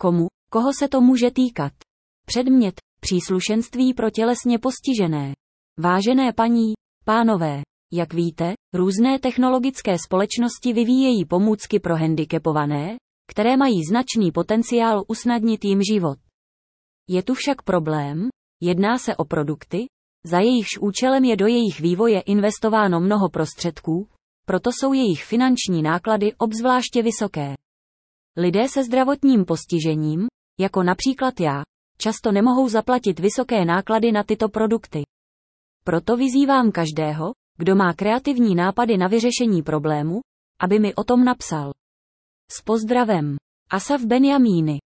Koho se to může týkat? Předmět, příslušenství pro tělesně postižené. Vážené paní, pánové, jak víte, různé technologické společnosti vyvíjejí pomůcky pro handicapované, které mají značný potenciál usnadnit jim život. Je tu však problém, jedná se o produkty, za jejichž účelem je do jejich vývoje investováno mnoho prostředků, proto jsou jejich finanční náklady obzvláště vysoké. Lidé se zdravotním postižením, jako například já, často nemohou zaplatit vysoké náklady na tyto produkty. Proto vyzývám každého, kdo má kreativní nápady na vyřešení problému, aby mi o tom napsal. S pozdravem, Asaf Benjamíny.